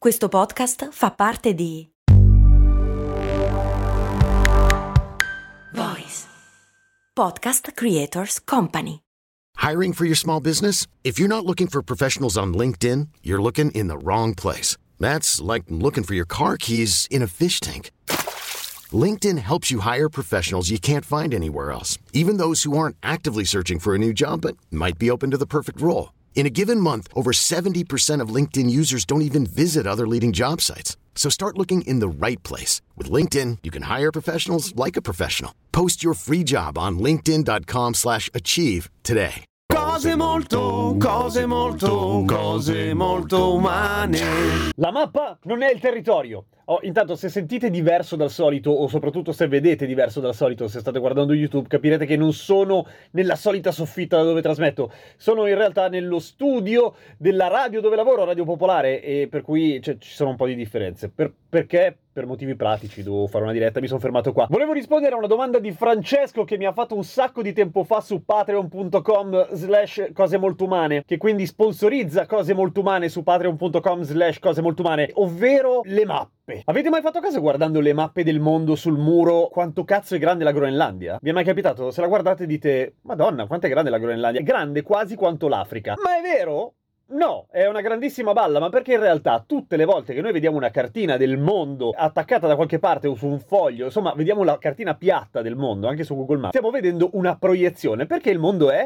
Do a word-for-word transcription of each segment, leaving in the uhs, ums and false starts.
Questo podcast fa parte di Voice Podcast Creators Company. Hiring for your small business? If you're not looking for professionals on LinkedIn, you're looking in the wrong place. That's like looking for your car keys in a fish tank. LinkedIn helps you hire professionals you can't find anywhere else, even those who aren't actively searching for a new job but might be open to the perfect role. In a given month, over seventy percent of LinkedIn users don't even visit other leading job sites. So start looking in the right place. With LinkedIn, you can hire professionals like a professional. Post your free job on linkedin.com slash achieve today. Cose molto, cose molto, cose molto umane. La mappa non è il territorio. Oh, intanto, se sentite diverso dal solito, o soprattutto se vedete diverso dal solito, se state guardando YouTube, capirete che non sono nella solita soffitta da dove trasmetto. Sono in realtà nello studio della radio dove lavoro, Radio Popolare, e per cui cioè, ci sono un po' di differenze. Per, perché? Per motivi pratici, dovevo fare una diretta, mi sono fermato qua. Volevo rispondere a una domanda di Francesco che mi ha fatto un sacco di tempo fa su patreon.com slash cose molto umane, che quindi sponsorizza Cose Molto Umane su patreon.com slash cose molto umane, ovvero le mappe. Avete mai fatto caso guardando le mappe del mondo sul muro quanto cazzo è grande la Groenlandia? Vi è mai capitato? Se la guardate dite Madonna, quanto è grande la Groenlandia? È grande quasi quanto l'Africa. Ma è vero? No, è una grandissima balla, ma perché in realtà tutte le volte che noi vediamo una cartina del mondo attaccata da qualche parte o su un foglio, insomma, vediamo la cartina piatta del mondo, anche su Google Maps, stiamo vedendo una proiezione, perché il mondo è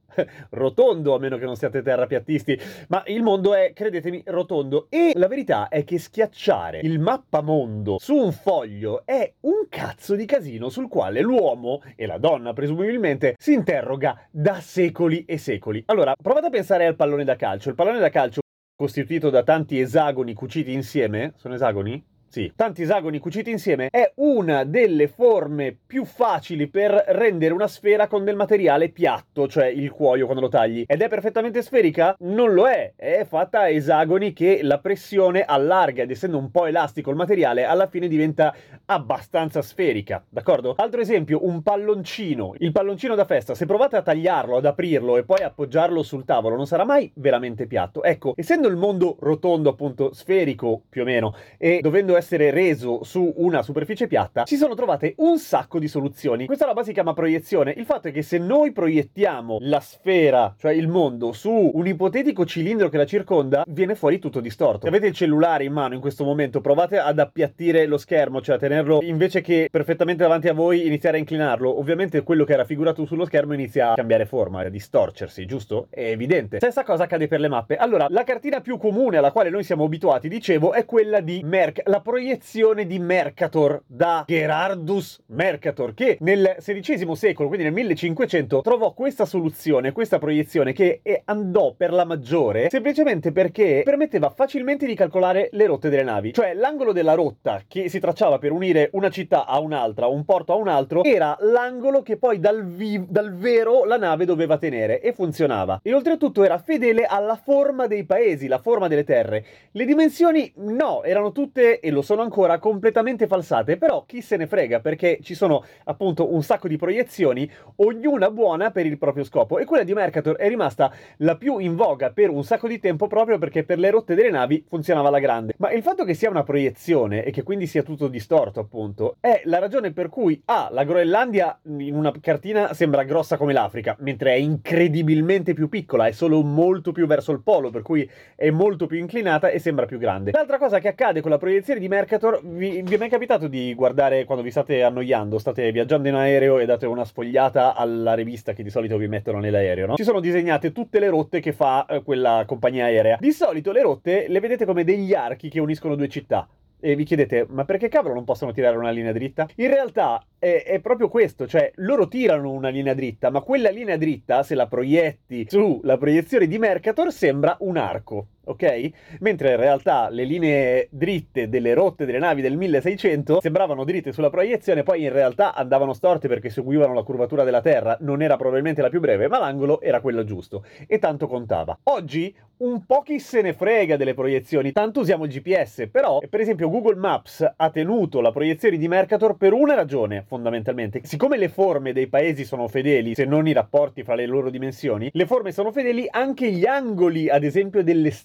rotondo, a meno che non siate terrapiattisti, ma il mondo è, credetemi, rotondo. E la verità è che schiacciare il mappamondo su un foglio è un cazzo di casino sul quale l'uomo, e la donna presumibilmente, si interroga da secoli e secoli. Allora, provate a pensare al pallone da calcio. Il pallone da calcio, costituito da tanti esagoni cuciti insieme, sono esagoni? Sì, tanti esagoni cuciti insieme, è una delle forme più facili per rendere una sfera con del materiale piatto, cioè il cuoio quando lo tagli. Ed è perfettamente sferica? Non lo è, è fatta a esagoni che la pressione allarga ed essendo un po' elastico il materiale alla fine diventa abbastanza sferica, d'accordo? Altro esempio, un palloncino. Il palloncino da festa, se provate a tagliarlo, ad aprirlo e poi appoggiarlo sul tavolo, non sarà mai veramente piatto. Ecco, essendo il mondo rotondo, appunto sferico più o meno, e dovendo essere essere reso su una superficie piatta, si sono trovate un sacco di soluzioni. Questa roba si chiama proiezione. Il fatto è che se noi proiettiamo la sfera, cioè il mondo, su un ipotetico cilindro che la circonda, viene fuori tutto distorto. Se avete il cellulare in mano in questo momento, provate ad appiattire lo schermo, cioè a tenerlo invece che perfettamente davanti a voi, iniziare a inclinarlo. Ovviamente quello che è raffigurato sullo schermo inizia a cambiare forma, a distorcersi, giusto? È evidente. Stessa cosa accade per le mappe. Allora, la cartina più comune alla quale noi siamo abituati, dicevo, è quella di Merc, la proiezione di Mercator da Gerardus Mercator, che nel sedicesimo secolo, quindi nel millecinquecento, trovò questa soluzione, questa proiezione che andò per la maggiore semplicemente perché permetteva facilmente di calcolare le rotte delle navi. Cioè l'angolo della rotta che si tracciava per unire una città a un'altra, un porto a un altro, era l'angolo che poi dal, vi- dal vero la nave doveva tenere, e funzionava. E oltretutto era fedele alla forma dei paesi, la forma delle terre. Le dimensioni no, erano tutte, e lo sono ancora, completamente falsate, però chi se ne frega, perché ci sono appunto un sacco di proiezioni, ognuna buona per il proprio scopo, e quella di Mercator è rimasta la più in voga per un sacco di tempo proprio perché per le rotte delle navi funzionava alla grande. Ma il fatto che sia una proiezione e che quindi sia tutto distorto, appunto, è la ragione per cui ah, la Groenlandia in una cartina sembra grossa come l'Africa, mentre è incredibilmente più piccola, è solo molto più verso il polo, per cui è molto più inclinata e sembra più grande. L'altra cosa che accade con la proiezione di Mercator, vi, vi è mai capitato di guardare quando vi state annoiando, state viaggiando in aereo e date una sfogliata alla rivista che di solito vi mettono nell'aereo, no? Ci sono disegnate tutte le rotte che fa eh, quella compagnia aerea. Di solito le rotte le vedete come degli archi che uniscono due città. E vi chiedete, ma perché cavolo non possono tirare una linea dritta? In realtà è, è proprio questo, cioè loro tirano una linea dritta, ma quella linea dritta, se la proietti sulla proiezione di Mercator, sembra un arco. ok? Mentre in realtà le linee dritte delle rotte delle navi del milleseicento sembravano dritte sulla proiezione, poi in realtà andavano storte perché seguivano la curvatura della Terra. Non era probabilmente la più breve, ma l'angolo era quello giusto, e tanto contava. Oggi un po' chi se ne frega delle proiezioni, tanto usiamo il G P S, però per esempio Google Maps ha tenuto la proiezione di Mercator per una ragione, fondamentalmente. Siccome le forme dei paesi sono fedeli, se non i rapporti fra le loro dimensioni, le forme sono fedeli, anche gli angoli, ad esempio, delle strade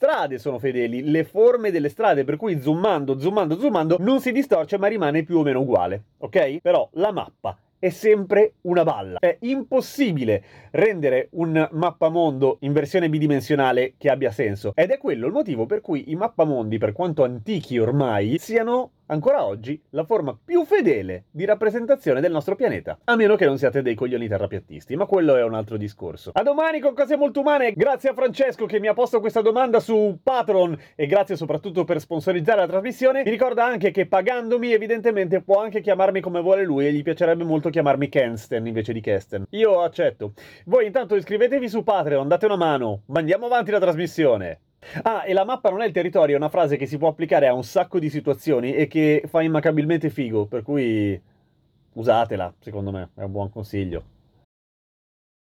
strade sono fedeli, le forme delle strade, per cui zoomando, zoomando, zoomando non si distorce ma rimane più o meno uguale, ok? Però la mappa è sempre una balla. È impossibile rendere un mappamondo in versione bidimensionale che abbia senso. Ed è quello il motivo per cui i mappamondi, per quanto antichi ormai, siano ancora oggi la forma più fedele di rappresentazione del nostro pianeta. A meno che non siate dei coglioni terrapiattisti, ma quello è un altro discorso. A domani con Cose Molto Umane. Grazie a Francesco che mi ha posto questa domanda su Patreon e grazie soprattutto per sponsorizzare la trasmissione. Mi ricorda anche che pagandomi evidentemente può anche chiamarmi come vuole lui e gli piacerebbe molto chiamarmi Kensten invece di Kesten. Io accetto. Voi intanto iscrivetevi su Patreon, date una mano, ma andiamo avanti la trasmissione. Ah, e la mappa non è il territorio, è una frase che si può applicare a un sacco di situazioni e che fa immancabilmente figo, per cui usatela, secondo me, è un buon consiglio.